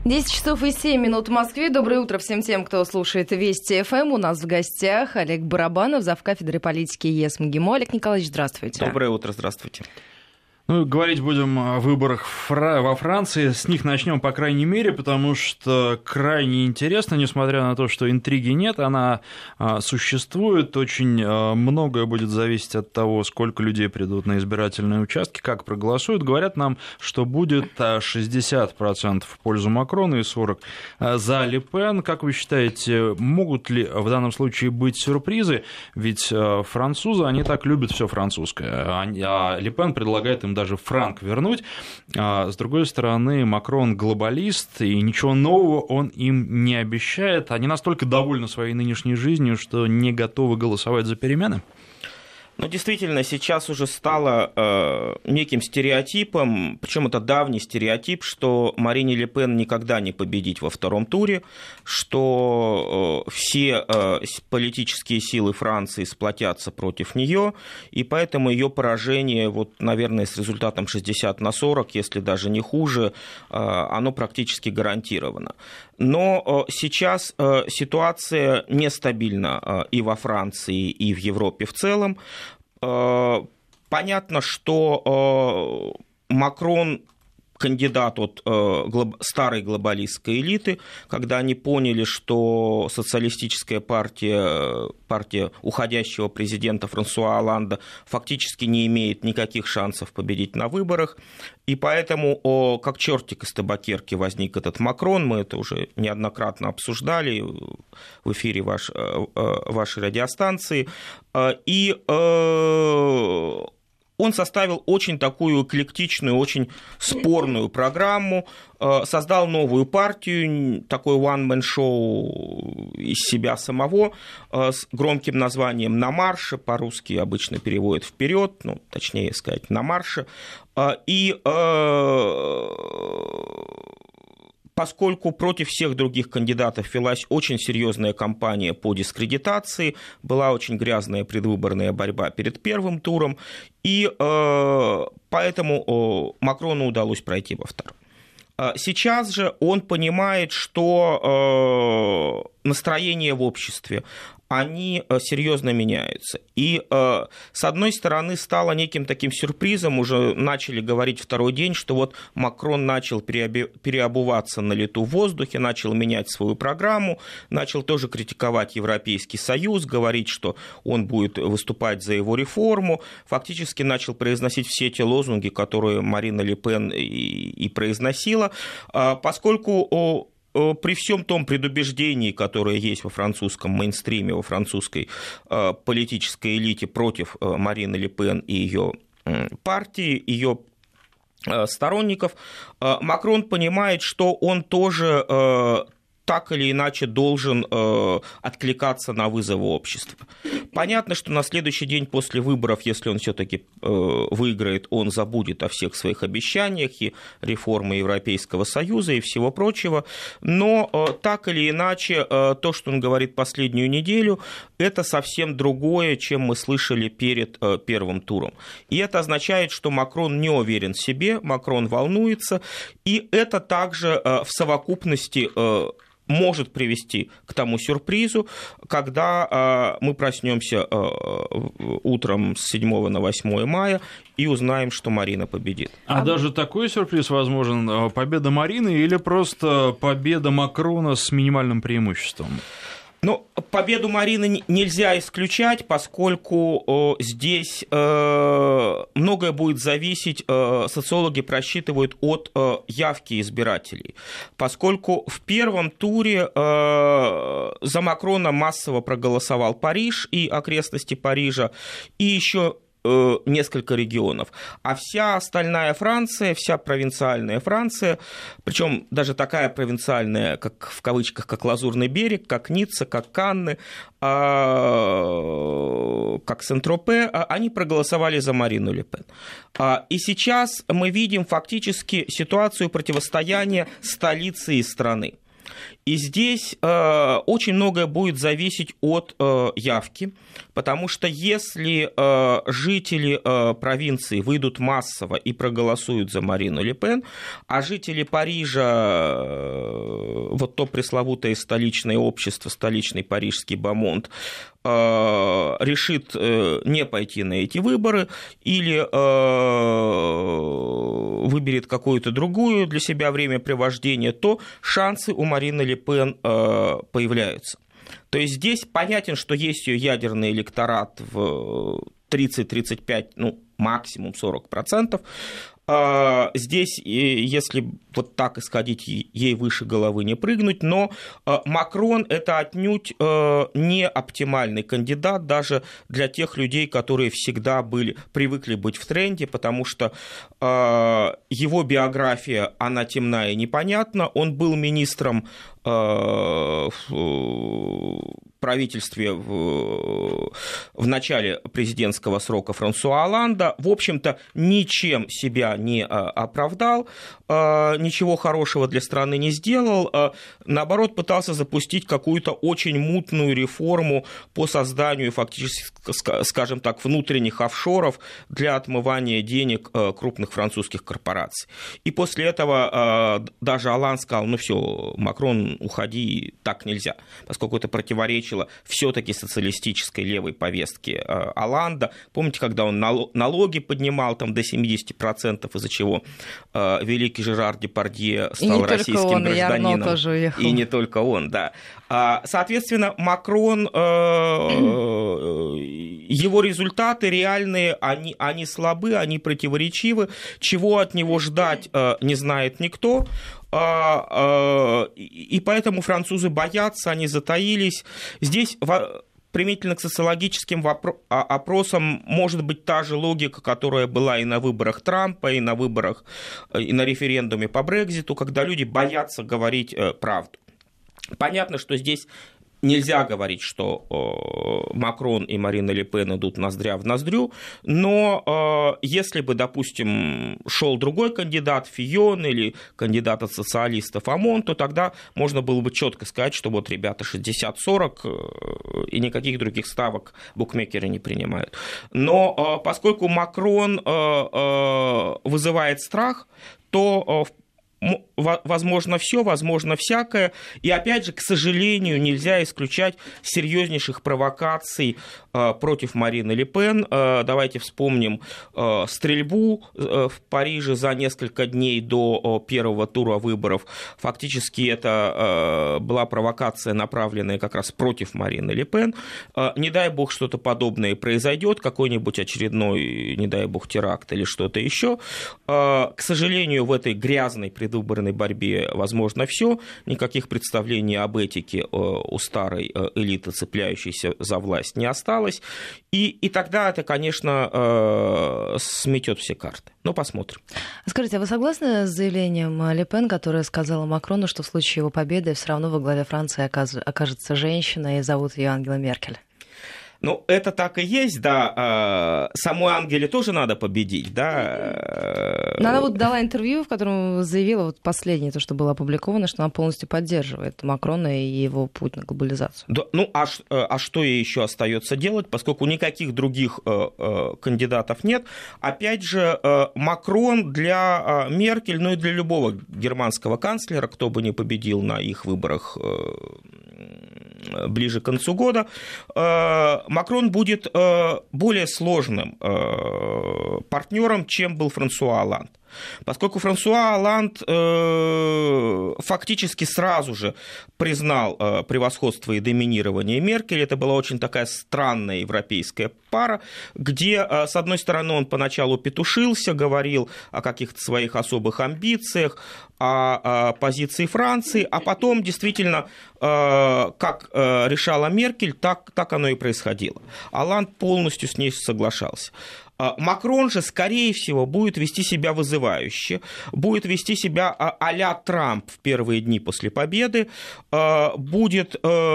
10 часов и 7 минут в Москве. Доброе утро всем тем, кто слушает Вести ФМ. У нас в гостях Олег Барабанов, завкафедры политики ЕС МГИМО. Олег Николаевич, здравствуйте. Доброе утро, здравствуйте. Ну, говорить будем о выборах во Франции. С них начнем, по крайней мере, потому что крайне интересно, несмотря на то, что интриги нет, она существует. Очень многое будет зависеть от того, сколько людей придут на избирательные участки, как проголосуют. Говорят нам, что будет 60% в пользу Макрона и 40% за Ле Пен. Как вы считаете, могут ли в данном случае быть сюрпризы? Ведь французы, они так любят все французское, а Ле Пен предлагает им даже франк вернуть. С другой стороны, Макрон глобалист, и ничего нового он им не обещает. Они настолько довольны своей нынешней жизнью, что не готовы голосовать за перемены? Ну, действительно, сейчас уже стало неким стереотипом, причем это давний стереотип, что Марине Ле Пен никогда не победить во втором туре, что все политические силы Франции сплотятся против нее, и поэтому ее поражение, вот, наверное, с результатом 60-40, если даже не хуже, оно практически гарантировано. Но сейчас ситуация нестабильна и во Франции, и в Европе в целом. Понятно, что Макрон кандидат от старой глобалистской элиты, когда они поняли, что социалистическая партия уходящего президента Франсуа Олланда фактически не имеет никаких шансов победить на выборах, и поэтому как чертик из табакерки возник этот Макрон, мы это уже неоднократно обсуждали в эфире вашей радиостанции, и он составил очень такую эклектичную, очень спорную программу, создал новую партию, такой one-man-show из себя самого, с громким названием «На марше», по-русски обычно переводят «вперед», ну, точнее сказать, «На марше». И поскольку против всех других кандидатов велась очень серьезная кампания по дискредитации, была очень грязная предвыборная борьба перед первым туром, и поэтому Макрону удалось пройти во втором. Сейчас же он понимает, что настроение в обществе, они серьезно меняются. И, с одной стороны, стало неким таким сюрпризом, уже начали говорить второй день, что вот Макрон начал переобуваться на лету в воздухе, начал менять свою программу, начал тоже критиковать Европейский Союз, говорить, что он будет выступать за его реформу, фактически начал произносить все те лозунги, которые Марина Ле Пен и произносила, поскольку при всем том предубеждении, которое есть во французском мейнстриме, во французской политической элите против Марины Ле Пен и ее партии, ее сторонников, Макрон понимает, что он тоже так или иначе должен откликаться на вызовы общества. Понятно, что на следующий день после выборов, если он все-таки выиграет, он забудет о всех своих обещаниях и реформы Европейского Союза и всего прочего, но так или иначе то, что он говорит последнюю неделю, это совсем другое, чем мы слышали перед первым туром. И это означает, что Макрон не уверен в себе, Макрон волнуется, и это также в совокупности может привести к тому сюрпризу, когда мы проснемся утром с 7 на 8 мая и узнаем, что Марина победит. А даже такой сюрприз возможен? Победа Марины или просто победа Макрона с минимальным преимуществом? Ну, победу Марины нельзя исключать, поскольку здесь многое будет зависеть, социологи просчитывают, от явки избирателей. Поскольку в первом туре за Макрона массово проголосовал Париж и окрестности Парижа, и еще несколько регионов, а вся остальная Франция, вся провинциальная Франция, причем даже такая провинциальная, как в кавычках, как Лазурный берег, как Ницца, как Канны, как Сен-Тропе, они проголосовали за Марину Ле Пен. И сейчас мы видим фактически ситуацию противостояния столицы и страны. И здесь очень многое будет зависеть от явки, потому что если жители провинции выйдут массово и проголосуют за Марину Ле Пен, а жители Парижа, вот то пресловутое столичное общество, столичный парижский бомонд, решит не пойти на эти выборы или выберет какое-то другое для себя времяпрепровождение, то шансы у Марины Ле Пен появляются. То есть здесь понятен, что есть ее ядерный электорат в 30-35, ну, максимум 40%. Здесь, если вот так исходить, ей выше головы не прыгнуть, но Макрон – это отнюдь не оптимальный кандидат даже для тех людей, которые всегда привыкли быть в тренде, потому что его биография, она темна и непонятна. Он был министром в правительстве в начале президентского срока Франсуа Олланда, в общем-то, ничем себя не оправдал, ничего хорошего для страны не сделал, наоборот, пытался запустить какую-то очень мутную реформу по созданию фактически, скажем так, внутренних офшоров для отмывания денег крупных французских корпораций. И после этого даже Олланд сказал, ну все, Макрон, уходи, так нельзя, поскольку это противоречило все-таки социалистической левой повестке Олланда. Помните, когда он налоги поднимал там до 70%, из-за чего великий Жерар Депардье стал российским гражданином. И не только он, да. Соответственно, Макрон, его результаты реальные, они слабы, они противоречивы. Чего от него ждать, не знает никто. И поэтому французы боятся, они затаились. Здесь применительно к социологическим опросам может быть та же логика, которая была и на выборах Трампа, и на выборах, и на референдуме по Брекситу, когда люди боятся говорить правду. Понятно, что здесь нельзя говорить, что Макрон и Марина Ле Пен идут ноздря в ноздрю, но если бы, допустим, шел другой кандидат, Фийон, или кандидат от социалистов Амон, то тогда можно было бы четко сказать, что вот ребята 60-40, и никаких других ставок букмекеры не принимают. Но поскольку Макрон вызывает страх, то возможно все, возможно всякое. И опять же, к сожалению, нельзя исключать серьезнейших провокаций против Марины Ле Пен. Давайте вспомним стрельбу в Париже за несколько дней до первого тура выборов. Фактически это была провокация, направленная как раз против Марины Ле Пен. Не дай бог что-то подобное произойдет, какой-нибудь очередной, не дай бог, теракт или что-то еще. К сожалению, в этой грязной предвыборной борьбе возможно все, никаких представлений об этике у старой элиты, цепляющейся за власть, не осталось, и тогда это, конечно, сметет все карты. Но посмотрим. Скажите, а вы согласны с заявлением Ле Пен, которая сказала Макрону, что в случае его победы все равно во главе Франции окажется женщина, и зовут ее Ангела Меркель? Ну, это так и есть, да. Самой Ангеле тоже надо победить, да. Но она вот дала интервью, в котором заявила, вот последнее, то, что было опубликовано, что она полностью поддерживает Макрона и его путь на глобализацию. Да, ну, а что ей еще остается делать, поскольку никаких других кандидатов нет? Опять же, Макрон для Меркель, ну и для любого германского канцлера, кто бы ни победил на их выборах ближе к концу года, Макрон будет более сложным партнером, чем был Франсуа Олланд. Поскольку Франсуа Олланд фактически сразу же признал превосходство и доминирование Меркель, это была очень такая странная европейская пара, где, с одной стороны, он поначалу петушился, говорил о каких-то своих особых амбициях, о позиции Франции, а потом действительно, как решала Меркель, так оно и происходило. Олланд полностью с ней соглашался. Макрон же, скорее всего, будет вести себя вызывающе, будет вести себя а-ля Трамп в первые дни после победы, будет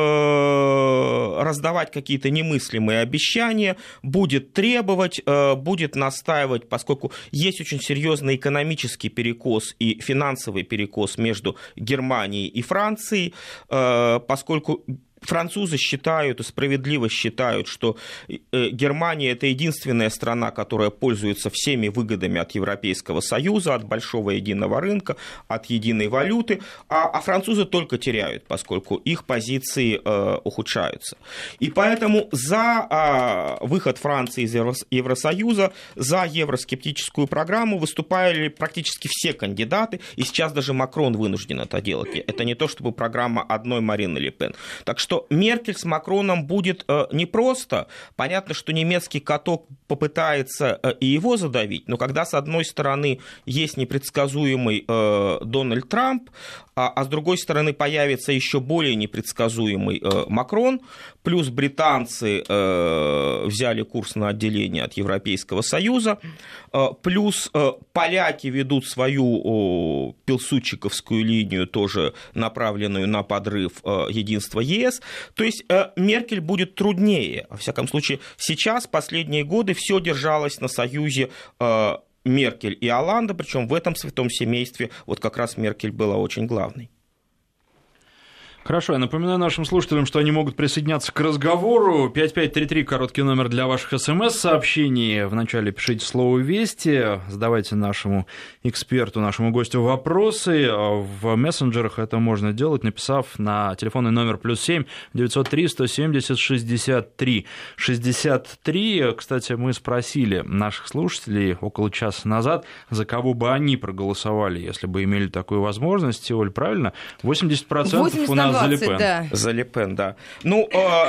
раздавать какие-то немыслимые обещания, будет требовать, будет настаивать, поскольку есть очень серьезный экономический перекос и финансовый перекос между Германией и Францией, поскольку французы считают и справедливо считают, что Германия – это единственная страна, которая пользуется всеми выгодами от Европейского Союза, от большого единого рынка, от единой валюты, а французы только теряют, поскольку их позиции ухудшаются. И поэтому за выход Франции из Евросоюза, за евроскептическую программу выступали практически все кандидаты, и сейчас даже Макрон вынужден это делать. Это не то, чтобы программа одной Марины Ле Пен. Так что Меркель с Макроном будет непросто. Понятно, что немецкий каток попытается и его задавить, но когда с одной стороны есть непредсказуемый Дональд Трамп, а с другой стороны появится еще более непредсказуемый Макрон, плюс британцы взяли курс на отделение от Европейского Союза, плюс поляки ведут свою пилсудчиковскую линию, тоже направленную на подрыв единства ЕС. То есть Меркель будет труднее. Во всяком случае, сейчас, последние годы, все держалось на союзе Меркель и Олланда, причем в этом святом семействе вот как раз Меркель была очень главной. Хорошо, я напоминаю нашим слушателям, что они могут присоединяться к разговору. 5533, короткий номер для ваших СМС-сообщений. Вначале пишите слово «Вести», задавайте нашему эксперту, нашему гостю вопросы. В мессенджерах это можно делать, написав на телефонный номер +7 903 170 63 63. Кстати, мы спросили наших слушателей около часа назад, за кого бы они проголосовали, если бы имели такую возможность. Оль, правильно? 80% у нас за Ле Пен. Да. За Ле Пен, да. Ну,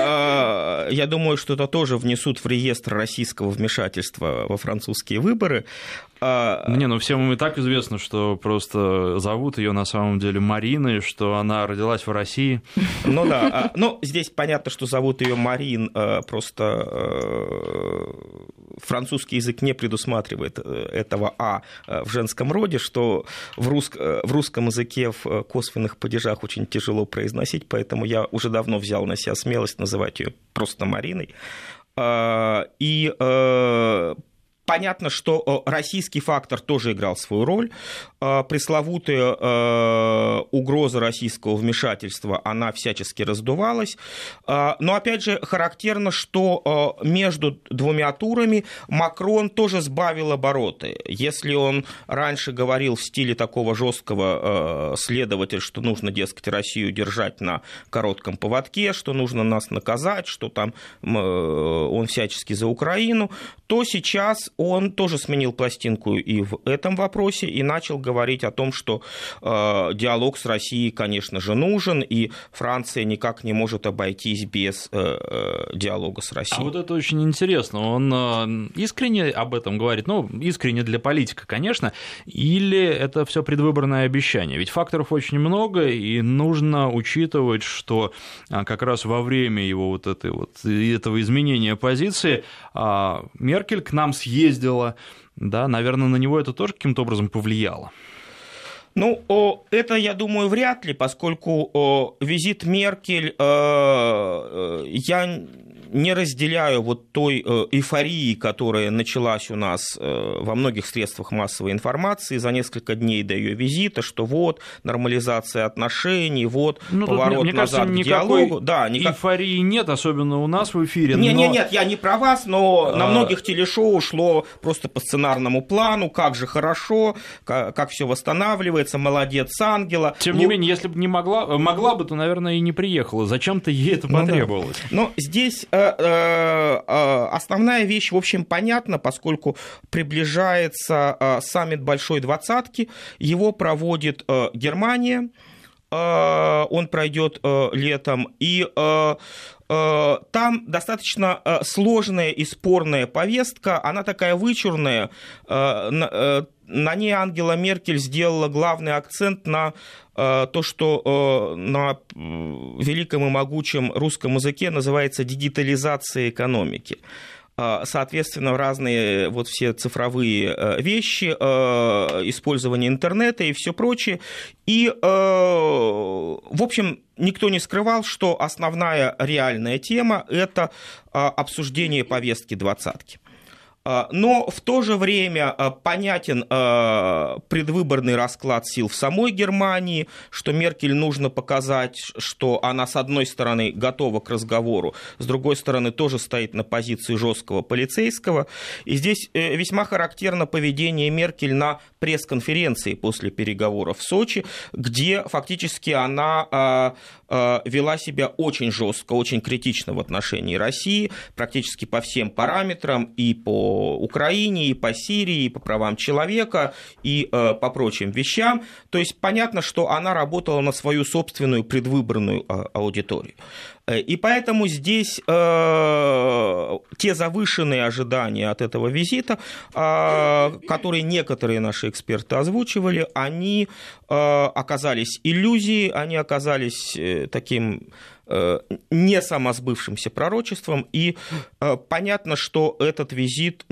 я думаю, что это тоже внесут в реестр российского вмешательства во французские выборы. Ну всем и так известно, что просто зовут ее на самом деле Мариной, что она родилась в России. Ну да, но здесь понятно, что зовут ее Марин, просто французский язык не предусматривает этого в женском роде, что в русском языке в косвенных падежах очень тяжело произносить, поэтому я уже давно взял на себя смелость называть ее просто Мариной. И понятно, что российский фактор тоже играл свою роль. Пресловутая угроза российского вмешательства, она всячески раздувалась. Но, опять же, характерно, что между двумя турами Макрон тоже сбавил обороты. Если он раньше говорил в стиле такого жесткого следователя, что нужно, дескать, Россию держать на коротком поводке, что нужно нас наказать, что там он всячески за Украину, то сейчас он тоже сменил пластинку и в этом вопросе, и начал говорить о том, что диалог с Россией, конечно же, нужен, и Франция никак не может обойтись без диалога с Россией. А вот это очень интересно. Он искренне об этом говорит, искренне для политика, конечно, или это все предвыборное обещание? Ведь факторов очень много, и нужно учитывать, что как раз во время его этого изменения позиции Меркель к нам съездила, да, наверное, на него это тоже каким-то образом повлияло. Ну, это, я думаю, вряд ли, поскольку визит Меркель, я не разделяю вот той эйфории, которая началась у нас во многих средствах массовой информации за несколько дней до ее визита, что вот нормализация отношений, вот поворот назад к диалогу. Да, эйфории нет, особенно у нас в эфире. Нет, я не про вас, но на многих телешоу шло просто по сценарному плану, как же хорошо, как все восстанавливается, молодец, ангела. Тем не менее, если бы не могла бы, то, наверное, и не приехала. Зачем-то ей это потребовалось. Да. Но здесь основная вещь, в общем, понятна, поскольку приближается саммит Большой Двадцатки, его проводит Германия, он пройдет летом, и там достаточно сложная и спорная повестка, она такая вычурная. На ней Ангела Меркель сделала главный акцент на то, что на великом и могучем русском языке называется дигитализация экономики. соответственно, разные вот все цифровые вещи, использование интернета и все прочее. И, в общем, никто не скрывал, что основная реальная тема – это обсуждение повестки двадцатки. Но в то же время понятен предвыборный расклад сил в самой Германии, что Меркель нужно показать, что она, с одной стороны, готова к разговору, с другой стороны, тоже стоит на позиции жесткого полицейского. И здесь весьма характерно поведение Меркель на пресс-конференции после переговоров в Сочи, где фактически она вела себя очень жестко, очень критично в отношении России, практически по всем параметрам, и по Украине, и по Сирии, и по правам человека, и по прочим вещам. То есть понятно, что она работала на свою собственную предвыборную аудиторию. И поэтому здесь те завышенные ожидания от этого визита, которые некоторые наши эксперты озвучивали, они оказались иллюзией, они оказались таким не самосбывшимся пророчеством, и понятно, что этот визит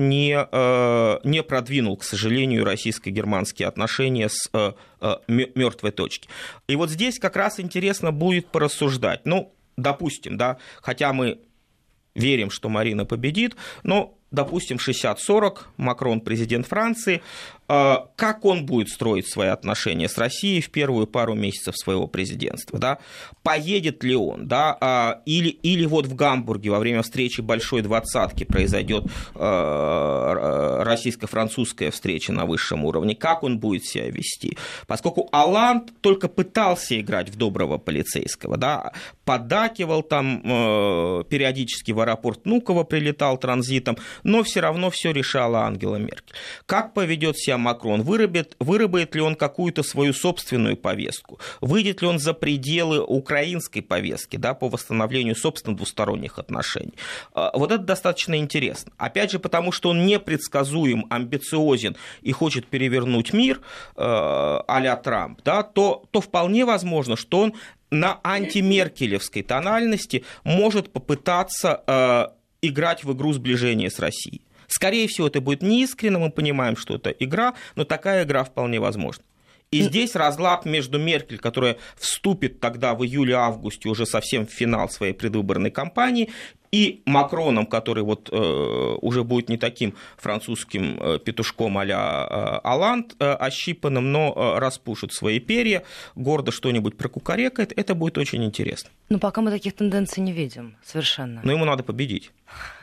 не продвинул, к сожалению, российско-германские отношения с мертвой точки. И вот здесь как раз интересно будет порассуждать. Ну, допустим, да, хотя мы верим, что Марина победит, но, допустим, 60-40, Макрон президент Франции, как он будет строить свои отношения с Россией в первую пару месяцев своего президентства, да? Поедет ли он, да? Или вот в Гамбурге во время встречи Большой Двадцатки произойдет российско-французская встреча на высшем уровне, как он будет себя вести? Поскольку Олланд только пытался играть в доброго полицейского, да? Поддакивал там периодически в аэропорт Внуково, прилетал транзитом, но все равно все решала Ангела Меркель. Как поведет себя Макрон, выработает ли он какую-то свою собственную повестку, выйдет ли он за пределы украинской повестки, да, по восстановлению собственных двусторонних отношений. Вот это достаточно интересно. Опять же, потому что он непредсказуем, амбициозен и хочет перевернуть мир а-ля Трамп, да, то вполне возможно, что он на антимеркелевской тональности может попытаться играть в игру сближения с Россией. Скорее всего, это будет неискренно, мы понимаем, что это игра, но такая игра вполне возможна. И здесь разлад между Меркель, которая вступит тогда в июле-августе уже совсем в финал своей предвыборной кампании, и Макроном, который вот уже будет не таким французским петушком а-ля Олланд ощипанным, но распушит свои перья, гордо что-нибудь прокукарекает, это будет очень интересно. Но пока мы таких тенденций не видим совершенно. Но ему надо победить.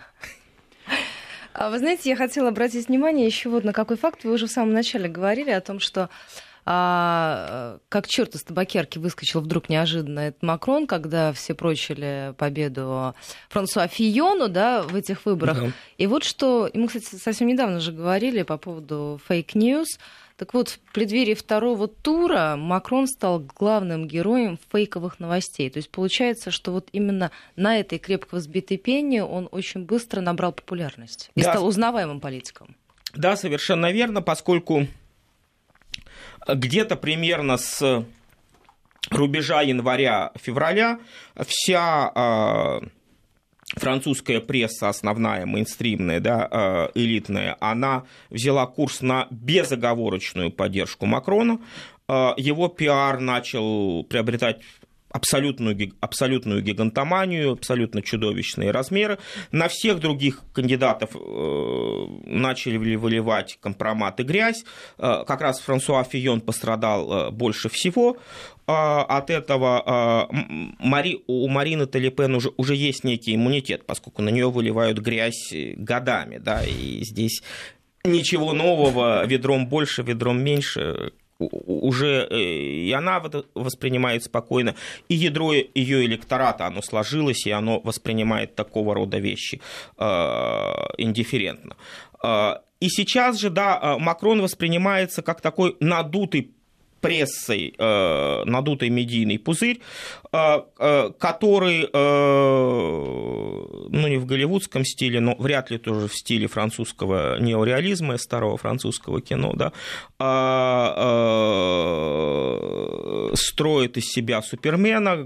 Вы знаете, я хотела обратить внимание еще вот на какой факт. Вы уже в самом начале говорили о том, что как черт из табакерки выскочил вдруг неожиданно этот Макрон, когда все прочили победу Франсуа Фийону, да, в этих выборах. Да. И вот что, и мы, кстати, совсем недавно же говорили по поводу фейк-ньюс. Так вот, в преддверии второго тура Макрон стал главным героем фейковых новостей. То есть получается, что вот именно на этой крепко взбитой пене он очень быстро набрал популярность и стал узнаваемым политиком. Да, совершенно верно, поскольку где-то примерно с рубежа января-февраля вся французская пресса, основная, мейнстримная, да, элитная, она взяла курс на безоговорочную поддержку Макрона. Его пиар начал приобретать абсолютную гигантоманию, абсолютно чудовищные размеры. На всех других кандидатов начали выливать компромат и грязь. Как раз Франсуа Фийон пострадал больше всего от этого. У Марины Ле Пен уже есть некий иммунитет, поскольку на нее выливают грязь годами. Да, и здесь ничего нового, ведром больше, ведром меньше. Уже и она воспринимает спокойно, и ядро ее электората, оно сложилось, и оно воспринимает такого рода вещи индифферентно. И сейчас же, да, Макрон воспринимается как такой надутый прессой, надутый медийный пузырь, который, ну, не в голливудском стиле, но вряд ли тоже в стиле французского неореализма, старого французского кино, да, строит из себя супермена,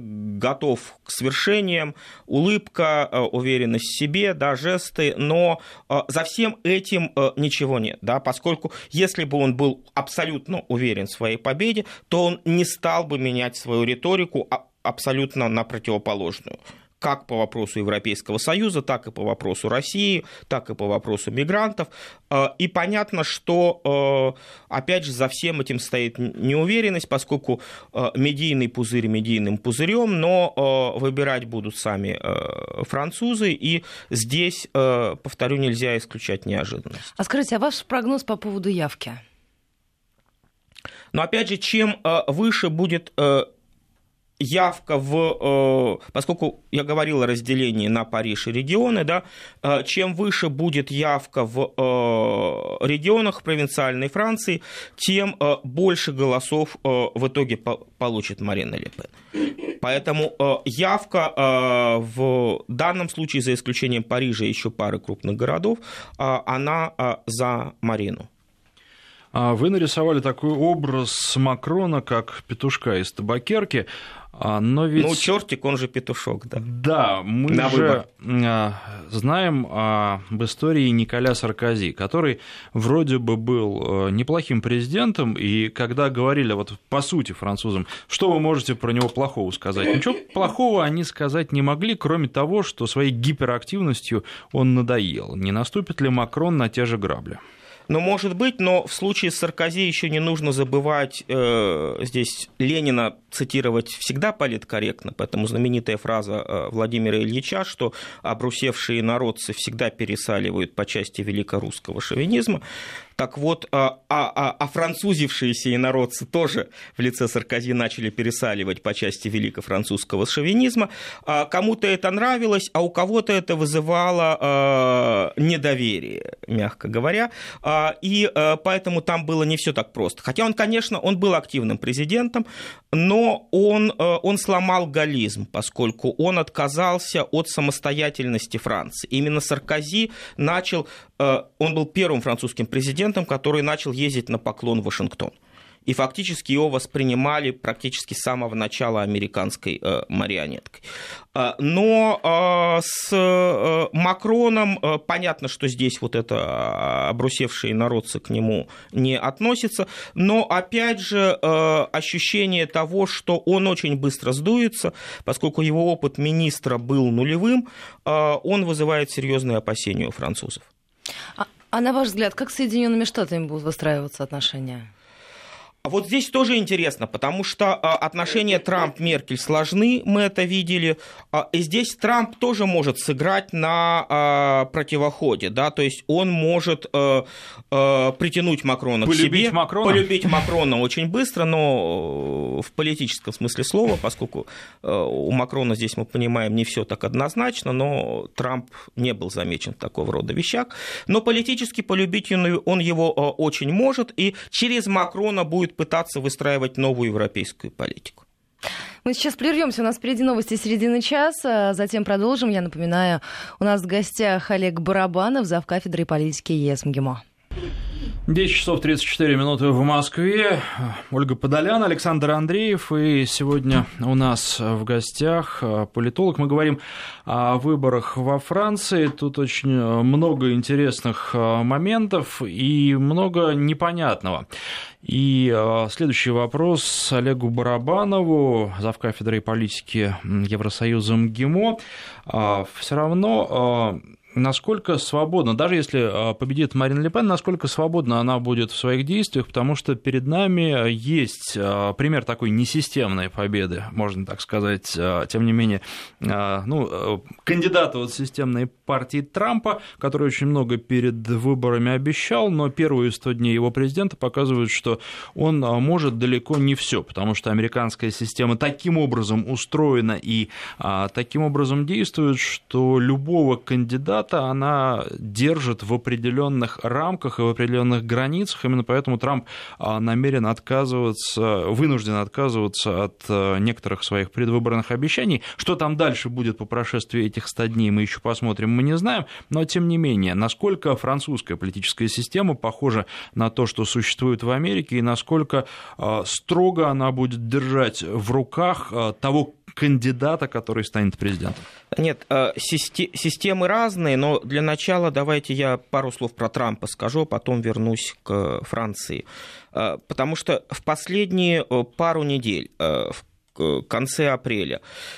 готов к свершениям, улыбка, уверенность в себе, да, жесты, но за всем этим ничего нет, да, поскольку если бы он был абсолютно уверен в своей победе, то он не стал бы менять свою риторику абсолютно на противоположную. Как по вопросу Европейского Союза, так и по вопросу России, так и по вопросу мигрантов. И понятно, что, опять же, за всем этим стоит неуверенность, поскольку медийный пузырь медийным пузырем, но выбирать будут сами французы, и здесь, повторю, нельзя исключать неожиданность. А скажите, а ваш прогноз по поводу явки? Но, опять же, чем выше будет явка поскольку я говорил о разделении на Париж и регионы, да, чем выше будет явка в регионах провинциальной Франции, тем больше голосов в итоге получит Марина Ле Пен. Поэтому явка в данном случае, за исключением Парижа и еще пары крупных городов, она за Марину. Вы нарисовали такой образ Макрона, как петушка из табакерки, но ведь... Ну, чертик, он же петушок, да. Да, мы же знаем об истории Николя Саркози, который вроде бы был неплохим президентом, и когда говорили, вот по сути, французам, что вы можете про него плохого сказать? Ничего плохого они сказать не могли, кроме того, что своей гиперактивностью он надоел. Не наступит ли Макрон на те же грабли? Ну, может быть, но в случае с Саркози еще не нужно забывать, здесь Ленина цитировать всегда политкорректно, поэтому знаменитая фраза Владимира Ильича, что обрусевшие народцы всегда пересаливают по части великорусского шовинизма. Так вот, французившиеся инородцы тоже в лице Саркози начали пересаливать по части великофранцузского шовинизма. Кому-то это нравилось, а у кого-то это вызывало недоверие, мягко говоря. И поэтому там было не все так просто. Хотя он, конечно, он был активным президентом, но он сломал галлизм, поскольку он отказался от самостоятельности Франции. Именно Саркози он был первым французским президентом, который начал ездить на поклон в Вашингтон. И фактически его воспринимали практически с самого начала американской марионеткой. Но с Макроном понятно, что здесь вот это обрусевшие народцы к нему не относятся, но опять же ощущение того, что он очень быстро сдуется, поскольку его опыт министра был нулевым, он вызывает серьезные опасения у французов. А на ваш взгляд, как с Соединенными Штатами будут выстраиваться отношения? Вот здесь тоже интересно, потому что отношения Трамп-Меркель сложны, мы это видели, и здесь Трамп тоже может сыграть на противоходе, да, то есть он может притянуть Макрона к себе, полюбить Макрона очень быстро, но в политическом смысле слова, поскольку у Макрона здесь, мы понимаем, не все так однозначно, но Трамп не был замечен в такого рода вещах, но политически полюбить он его очень может, и через Макрона будет пытаться выстраивать новую европейскую политику. Мы сейчас прервемся, у нас впереди новости середины часа, затем продолжим. Я напоминаю, у нас в гостях Олег Барабанов, завкафедрой политики ЕС МГИМО. 10 часов 34 минуты в Москве. Ольга Подолян, Александр Андреев. И сегодня у нас в гостях политолог. Мы говорим о выборах во Франции. Тут очень много интересных моментов и много непонятного. И следующий вопрос Олегу Барабанову, завкафедрой политики Евросоюза МГИМО. Все равно... Насколько свободно, даже если победит Марин Ле Пен, насколько свободно она будет в своих действиях, потому что перед нами есть пример такой несистемной победы, можно так сказать, тем не менее, кандидата от системной партии Трампа, который очень много перед выборами обещал, но первые 100 дней его президента показывают, что он может далеко не все, потому что американская система таким образом устроена и таким образом действует, что любого кандидата она держит в определенных рамках и в определенных границах. Именно поэтому Трамп вынужден отказываться от некоторых своих предвыборных обещаний. Что там дальше будет по прошествии этих 100 дней, мы еще посмотрим, мы не знаем. Но, тем не менее, насколько французская политическая система похожа на то, что существует в Америке, и насколько строго она будет держать в руках того кандидата, который станет президентом? Нет, системы разные, но для начала давайте я пару слов про Трампа скажу, а потом вернусь к Франции. Потому что в последние пару недель, в конце апреля,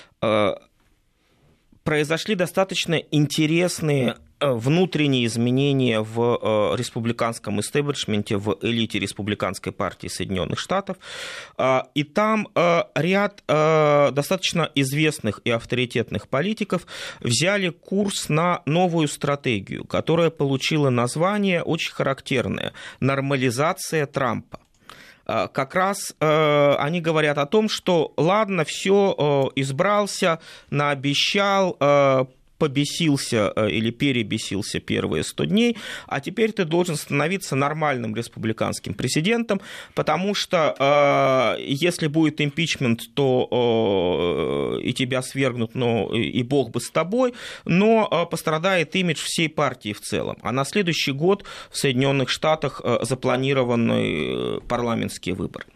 произошли достаточно интересные внутренние изменения в республиканском истеблишменте, в элите республиканской партии Соединенных Штатов. И там ряд достаточно известных и авторитетных политиков взяли курс на новую стратегию, которая получила название очень характерное – «Нормализация Трампа». Как раз они говорят о том, что ладно, все, избрался, наобещал, побесился или перебесился первые 100 дней, а теперь ты должен становиться нормальным республиканским президентом, потому что если будет импичмент, то и тебя свергнут, но и бог бы с тобой, но пострадает имидж всей партии в целом. А на следующий год в Соединенных Штатах запланированы парламентские выборы.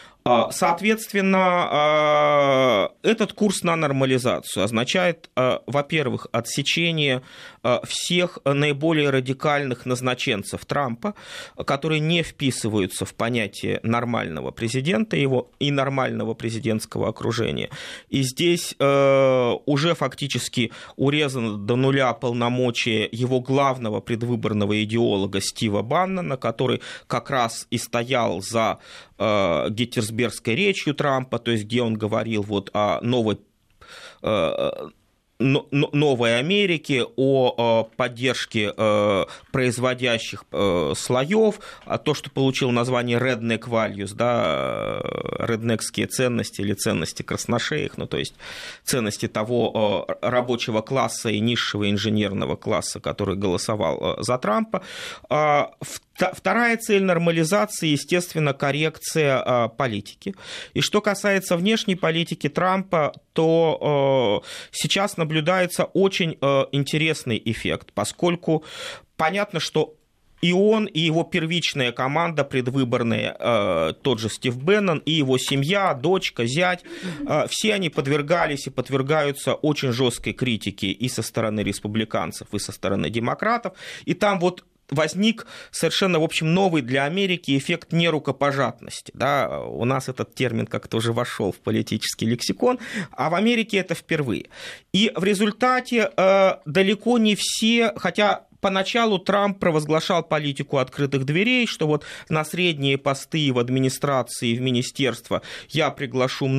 Соответственно, этот курс на нормализацию означает, во-первых, отсечение всех наиболее радикальных назначенцев Трампа, которые не вписываются в понятие нормального президента его и нормального президентского окружения. И здесь уже фактически урезано до нуля полномочия его главного предвыборного идеолога Стива Баннона, который как раз и стоял за геттисбергской речью Трампа, то есть где он говорил вот о новой Америке, о поддержке производящих слоев, то, что получило название redneck values, да, реднекские ценности или ценности красношеек, ну, то есть ценности того рабочего класса и низшего инженерного класса, который голосовал за Трампа. Вторая цель нормализации, естественно, коррекция политики. И что касается внешней политики Трампа, то сейчас наблюдается очень интересный эффект, поскольку понятно, что и он, и его первичная команда предвыборная, тот же Стив Беннон, и его семья, дочка, зять, все они подвергались и подвергаются очень жесткой критике и со стороны республиканцев, и со стороны демократов. И там вот возник совершенно, в общем, новый для Америки эффект нерукопожатности. Да? У нас этот термин как-то уже вошел в политический лексикон, а в Америке это впервые. И в результате далеко не все, хотя поначалу Трамп провозглашал политику открытых дверей, что вот на средние посты в администрации, в министерство я приглашу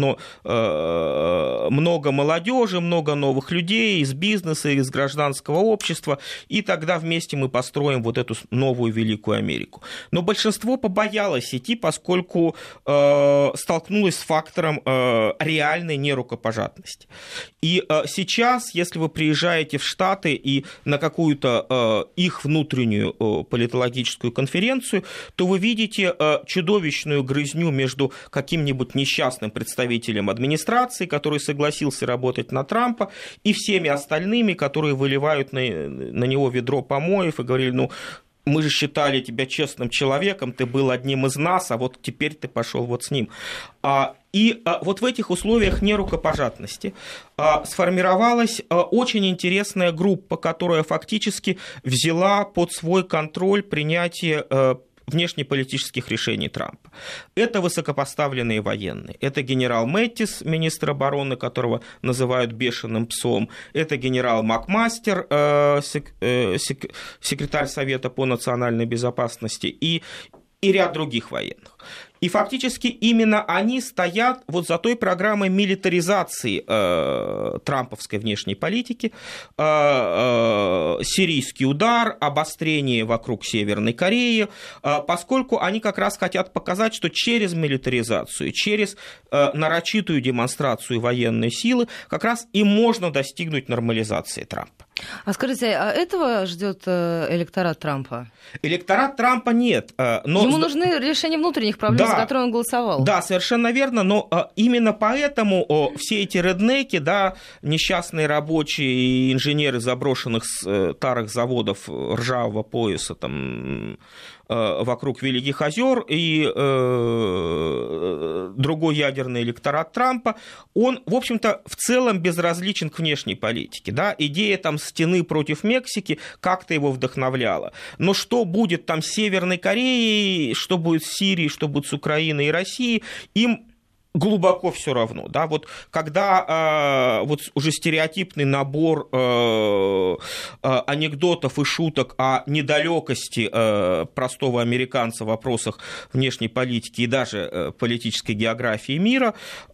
много молодежи, много новых людей из бизнеса, из гражданского общества, и тогда вместе мы построим вот эту новую великую Америку. Но большинство побоялось идти, поскольку столкнулось с фактором реальной нерукопожатности. И сейчас, если вы приезжаете в Штаты и на какую-то их внутреннюю политологическую конференцию, то вы видите чудовищную грызню между каким-нибудь несчастным представителем администрации, который согласился работать на Трампа, и всеми остальными, которые выливают на него ведро помоев и говорили, ну, мы же считали тебя честным человеком, ты был одним из нас, а вот теперь ты пошел вот с ним. И вот в этих условиях нерукопожатности сформировалась очень интересная группа, которая фактически взяла под свой контроль принятие внешнеполитических решений Трампа. Это высокопоставленные военные. Это генерал Мэттис, министр обороны, которого называют бешеным псом. Это генерал Макмастер, секретарь Совета по национальной безопасности, и ряд других военных. И фактически именно они стоят вот за той программой милитаризации трамповской внешней политики, сирийский удар, обострение вокруг Северной Кореи, поскольку они как раз хотят показать, что через милитаризацию, через нарочитую демонстрацию военной силы как раз и можно достигнуть нормализации Трампа. А скажите, а этого ждет электорат Трампа? Электорат Трампа нет. Но... Ему нужны решения внутренних проблем, за которые он голосовал. Да, совершенно верно, но именно поэтому все эти реднеки, да, несчастные рабочие и инженеры заброшенных старых заводов ржавого пояса, там, вокруг Великих озер и другой ядерный электорат Трампа, он, в общем-то, в целом безразличен к внешней политике. Да? Идея там стены против Мексики как-то его вдохновляла. Но что будет там с Северной Кореей, что будет с Сирией, что будет с Украиной и Россией, им глубоко все равно. Да? Вот когда вот уже стереотипный набор анекдотов и шуток о недалекости простого американца в вопросах внешней политики и даже политической географии мира,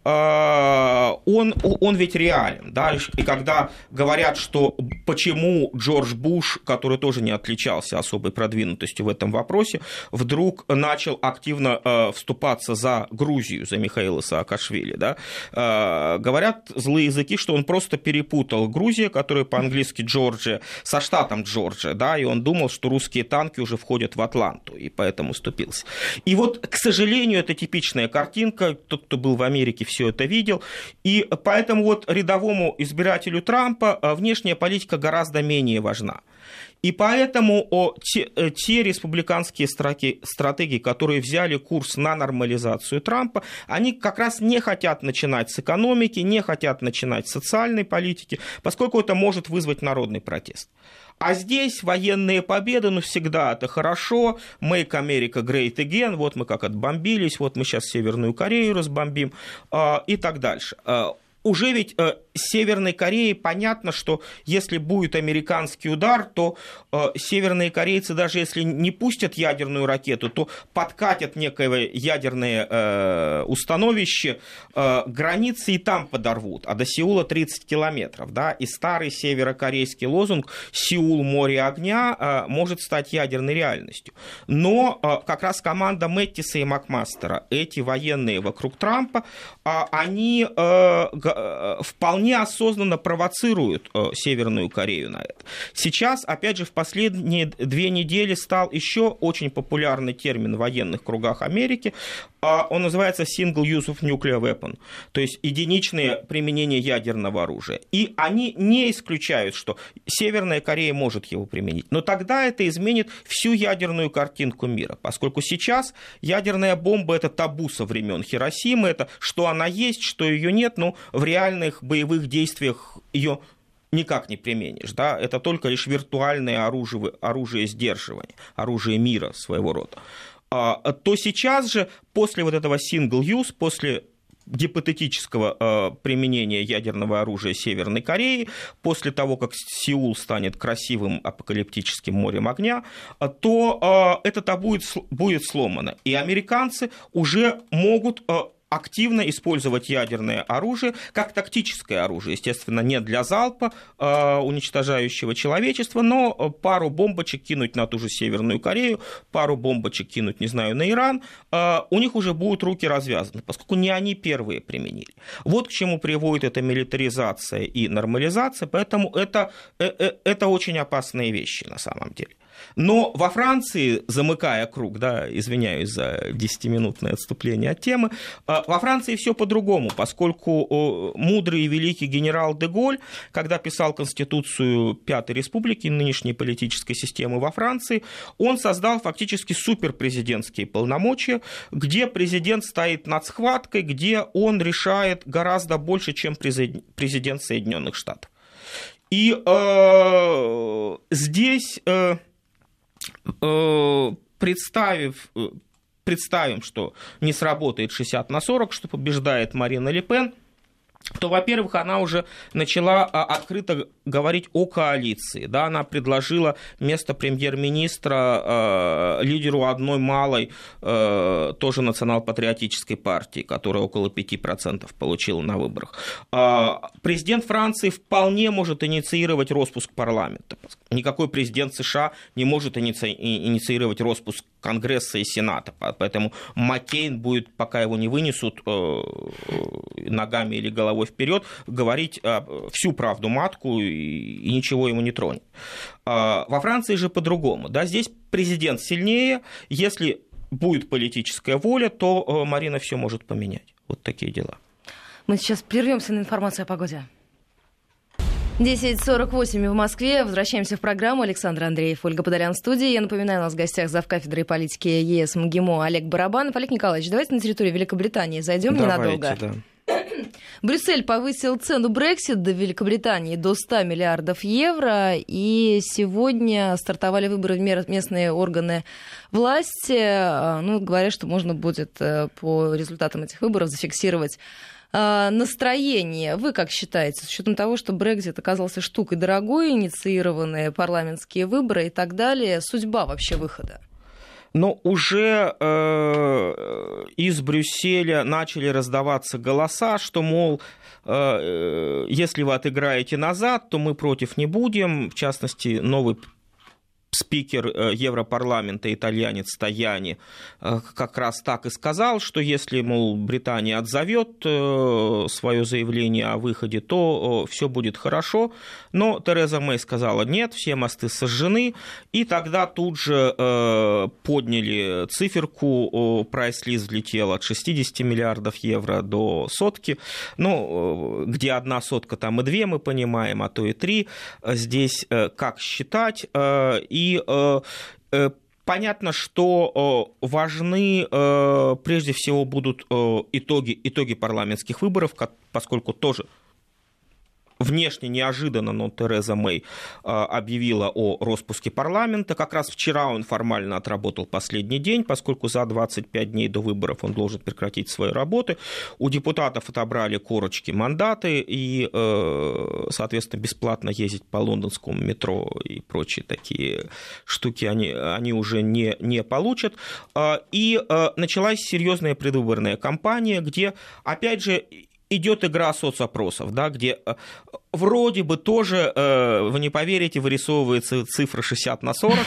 он ведь реален. Да? И когда говорят, что почему Джордж Буш, который тоже не отличался особой продвинутостью в этом вопросе, вдруг начал активно вступаться за Грузию, за Михаила Саакашвили, да? Говорят злые языки, что он просто перепутал Грузию, которая по-английски Джорджия, со штатом Джорджия, да, и он думал, что русские танки уже входят в Атланту, и поэтому вступился. И вот, к сожалению, это типичная картинка, тот, кто был в Америке, все это видел, и поэтому вот рядовому избирателю Трампа внешняя политика гораздо менее важна. И поэтому те республиканские стратегии, которые взяли курс на нормализацию Трампа, они как раз не хотят начинать с экономики, не хотят начинать с социальной политики, поскольку это может вызвать народный протест. А здесь военные победы, ну, всегда это хорошо, make America great again, вот мы как отбомбились, вот мы сейчас Северную Корею разбомбим и так дальше. Уже ведь с Северной Кореей понятно, что если будет американский удар, то северные корейцы, даже если не пустят ядерную ракету, то подкатят некое ядерное установище, границы и там подорвут, а до Сеула 30 километров. Да? И старый северокорейский лозунг «Сеул, море огня» может стать ядерной реальностью. Но как раз команда Мэттиса и Макмастера, эти военные вокруг Трампа, они вполне осознанно провоцируют Северную Корею на это. Сейчас, опять же, в последние 2 недели стал еще очень популярный термин в военных кругах Америки. Он называется Single Use of Nuclear Weapon, то есть единичное применение ядерного оружия. И они не исключают, что Северная Корея может его применить. Но тогда это изменит всю ядерную картинку мира, поскольку сейчас ядерная бомба – это табу со времен Хиросимы, это что она есть, что ее нет, но в реальных боевых действиях ее никак не применишь. Да? Это только лишь виртуальное оружие сдерживания, оружие мира своего рода. То сейчас же, после вот этого single use, после гипотетического применения ядерного оружия Северной Кореи, после того, как Сеул станет красивым апокалиптическим морем огня, то это табу будет сломано. И американцы уже могут активно использовать ядерное оружие как тактическое оружие. Естественно, не для залпа, уничтожающего человечество, но пару бомбочек кинуть на ту же Северную Корею, пару бомбочек кинуть, не знаю, на Иран, у них уже будут руки развязаны, поскольку не они первые применили. Вот к чему приводит эта милитаризация и нормализация, поэтому это очень опасные вещи на самом деле. Но во Франции, замыкая круг, да, извиняюсь за 10-минутное отступление от темы, во Франции все по-другому, поскольку мудрый и великий генерал де Голль, когда писал Конституцию Пятой Республики, нынешней политической системы во Франции, он создал фактически суперпрезидентские полномочия, где президент стоит над схваткой, где он решает гораздо больше, чем президент Соединенных Штатов. И здесь... Представим, что не сработает 60/40, что побеждает Марина Ле Пен, то, во-первых, она уже начала открыто говорить о коалиции. Да, она предложила место премьер-министра лидеру одной малой, тоже национал-патриотической партии, которая около 5% получила на выборах. Президент Франции вполне может инициировать распуск парламента. Никакой президент США не может инициировать распуск Конгресса и Сената. Поэтому Маккейн будет, пока его не вынесут ногами или головой вперед, говорить всю правду матку и ничего ему не тронет. Во Франции же по-другому. Да? Здесь президент сильнее. Если будет политическая воля, то Марина все может поменять. Вот такие дела. Мы сейчас прервемся на информацию о погоде. 10:48 в Москве. Возвращаемся в программу. Александр Андреев, Ольга Подолян в студии. Я напоминаю, у нас в гостях завкафедрой политики ЕС МГИМО Олег Барабанов. Олег Николаевич, давайте на территорию Великобритании зайдем ненадолго. Да. Брюссель повысил цену Brexit до Великобритании до 100 миллиардов евро. И сегодня стартовали выборы в местные органы власти. Говорят, что можно будет по результатам этих выборов зафиксировать настроение. Вы как считаете, с учетом того, что Брексит оказался штукой дорогой, инициированные парламентские выборы и так далее, судьба вообще выхода? Но уже из Брюсселя начали раздаваться голоса, что, мол, если вы отыграете назад, то мы против не будем. В частности, новый спикер Европарламента, итальянец Таяни, как раз так и сказал, что если, мол, Британия отзовет свое заявление о выходе, то все будет хорошо. Но Тереза Мэй сказала нет, все мосты сожжены, и тогда тут же подняли циферку, прайс-лист взлетел от 60 миллиардов евро до сотки, где одна сотка, там и две, мы понимаем, а то и три. Здесь как считать? И понятно, что важны прежде всего будут итоги парламентских выборов, поскольку тоже внешне неожиданно, но Тереза Мэй объявила о распуске парламента. Как раз вчера он формально отработал последний день, поскольку за 25 дней до выборов он должен прекратить свои работы. У депутатов отобрали корочки мандаты и, соответственно, бесплатно ездить по лондонскому метро и прочие такие штуки они уже не получат. И началась серьезная предвыборная кампания, где, опять же, идет игра соцопросов, да, где вроде бы тоже, вы не поверите, вырисовывается цифра 60/40.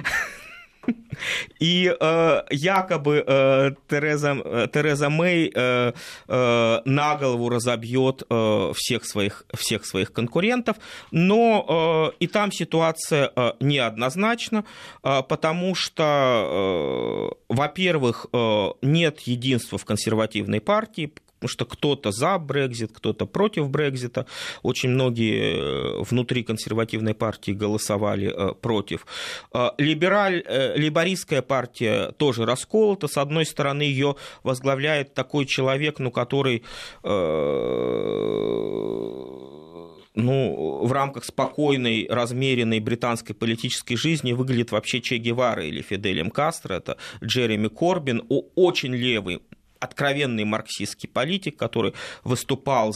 И якобы Тереза Мэй на голову разобьет всех своих конкурентов, но и там ситуация неоднозначна, потому что, во-первых, нет единства в консервативной партии, потому что кто-то за Брексит, кто-то против Брексита. Очень многие внутри консервативной партии голосовали против. Лейбористская партия тоже расколота. С одной стороны, ее возглавляет такой человек, который в рамках спокойной, размеренной британской политической жизни выглядит вообще Че Гевара или Фиделем Кастро. Это Джереми Корбин, очень левый, откровенный марксистский политик, который выступал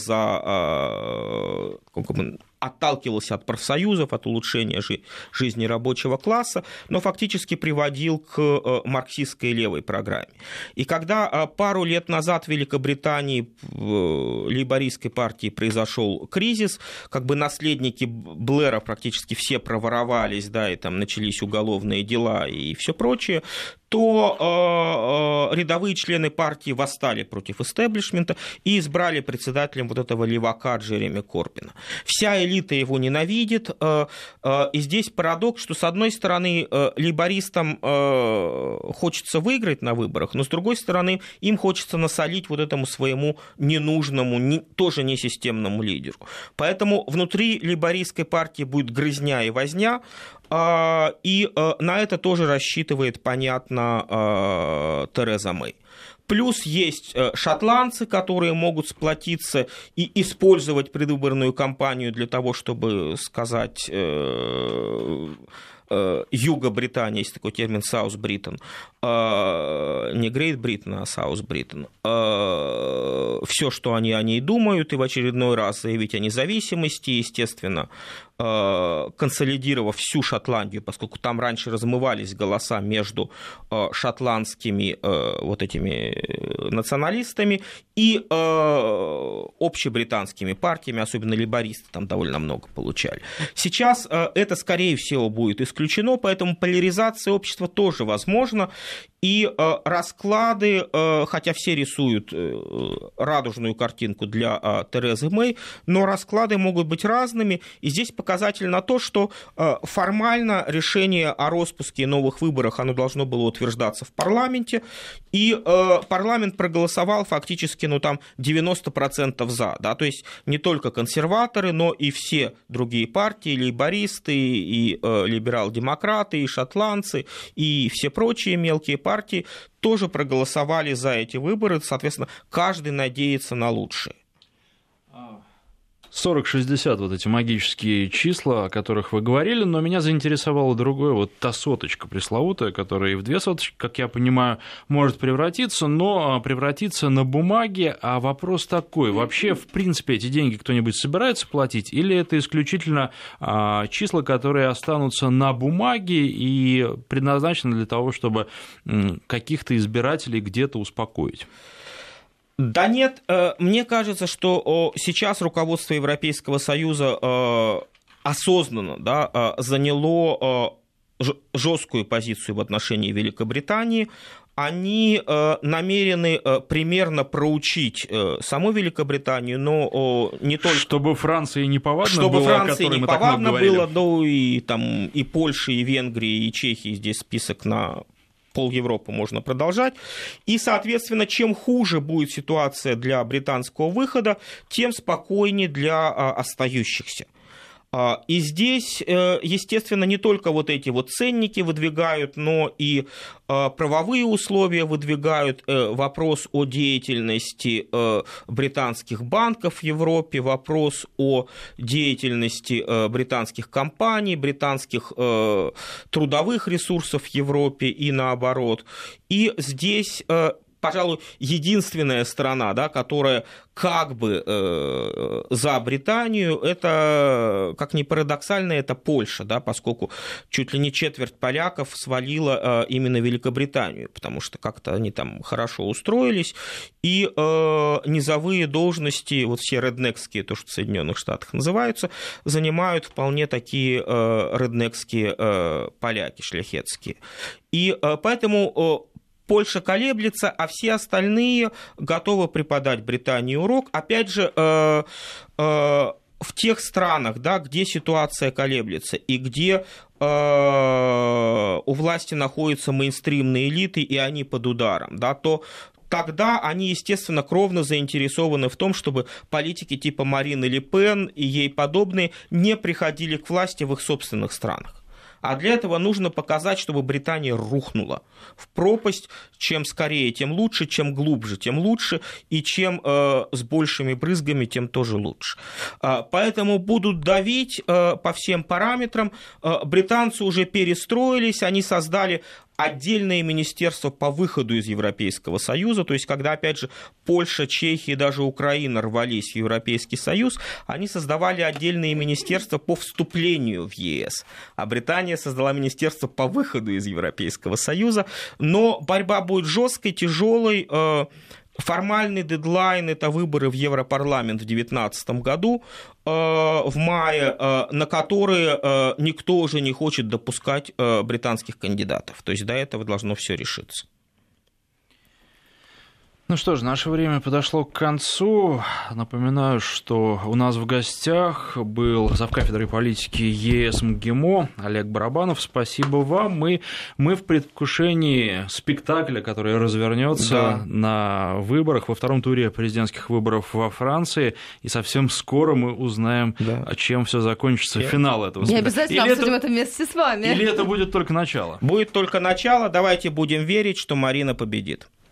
отталкивался от профсоюзов, от улучшения жизни рабочего класса, но фактически приводил к марксистской левой программе. И когда пару лет назад в Великобритании в лейбористской партии произошел кризис, наследники Блэра практически все проворовались, да, и там начались уголовные дела и все прочее, то рядовые члены партии восстали против истеблишмента и избрали председателем вот этого левака Джереми Корбина. Вся элита его ненавидит, и здесь парадокс, что, с одной стороны, лейбористам хочется выиграть на выборах, но, с другой стороны, им хочется насолить вот этому своему ненужному, тоже несистемному лидеру. Поэтому внутри лейбористской партии будет грызня и возня, и на это тоже рассчитывает, понятно, Тереза Мэй. Плюс есть шотландцы, которые могут сплотиться и использовать предвыборную кампанию для того, чтобы сказать Юга Британии, есть такой термин South Britain, не Great Britain, а South Britain, все, что они о ней думают, и в очередной раз заявить о независимости, естественно, консолидировав всю Шотландию, поскольку там раньше размывались голоса между шотландскими вот этими националистами и общебританскими партиями, особенно лейбористы там довольно много получали. Сейчас это, скорее всего, будет исключено, поэтому поляризация общества тоже возможна. И расклады, хотя все рисуют радужную картинку для Терезы Мэй, но расклады могут быть разными. И здесь показательно то, что формально решение о распуске и новых выборах оно должно было утверждаться в парламенте. И парламент проголосовал фактически практически, ну, там 90% за, да, то есть не только консерваторы, но и все другие партии, лейбористы, и либерал-демократы, и шотландцы, и все прочие мелкие партии тоже проголосовали за эти выборы, соответственно, каждый надеется на лучшее. 40-60, вот эти магические числа, о которых вы говорили, но меня заинтересовало другое, вот та соточка пресловутая, которая и в 2 соточки, как я понимаю, может превратиться, но превратиться на бумаге, а вопрос такой, вообще, в принципе, эти деньги кто-нибудь собирается платить, или это исключительно числа, которые останутся на бумаге и предназначены для того, чтобы каких-то избирателей где-то успокоить? Да нет, мне кажется, что сейчас руководство Европейского Союза осознанно, да, заняло жесткую позицию в отношении Великобритании. Они намерены примерно проучить саму Великобританию, но не только... Чтобы Франции неповадно было, чтобы Франции не повадно было, ну и, там, и Польши, и Венгрии, и Чехии, здесь список на... пол-Европы можно продолжать. И, соответственно, чем хуже будет ситуация для британского выхода, тем спокойнее для остающихся. И здесь, естественно, не только вот эти вот ценники выдвигают, но и правовые условия выдвигают, вопрос о деятельности британских банков в Европе, вопрос о деятельности британских компаний, британских трудовых ресурсов в Европе и наоборот. И здесь... пожалуй, единственная страна, да, которая как бы за Британию, это, как ни парадоксально, это Польша, да, поскольку чуть ли не четверть поляков свалила именно Великобританию, потому что как-то они там хорошо устроились, и низовые должности, вот все реднекские, то, что в Соединенных Штатах называются, занимают вполне такие реднекские поляки, шляхетские. И поэтому... Польша колеблется, а все остальные готовы преподать Британии урок. Опять же, в тех странах, да, где ситуация колеблется и где у власти находятся мейнстримные элиты, и они под ударом, да, то тогда они, естественно, кровно заинтересованы в том, чтобы политики типа Марины Ле Пен и ей подобные не приходили к власти в их собственных странах. А для этого нужно показать, чтобы Британия рухнула в пропасть. Чем скорее, тем лучше, чем глубже, тем лучше, и чем с большими брызгами, тем тоже лучше. Поэтому будут давить по всем параметрам. Британцы уже перестроились, они создали отдельное министерство по выходу из Европейского Союза, то есть когда, опять же, Польша, Чехия и даже Украина рвались в Европейский Союз, они создавали отдельные министерства по вступлению в ЕС, а Британия создала министерство по выходу из Европейского Союза, но борьба будет жесткой, тяжелой. Формальный дедлайн – это выборы в Европарламент в 2019 году, в мае, на которые никто уже не хочет допускать британских кандидатов. То есть до этого должно все решиться. Ну что ж, наше время подошло к концу. Напоминаю, что у нас в гостях был завкафедрой политики ЕС МГИМО Олег Барабанов. Спасибо вам. Мы в предвкушении спектакля, который развернется на выборах, во втором туре президентских выборов во Франции. И совсем скоро мы узнаем, чем все закончится, финал этого спектакля. И обязательно обсудим это вместе с вами. Или это будет только начало? Будет только начало. Давайте будем верить, что Марина победит.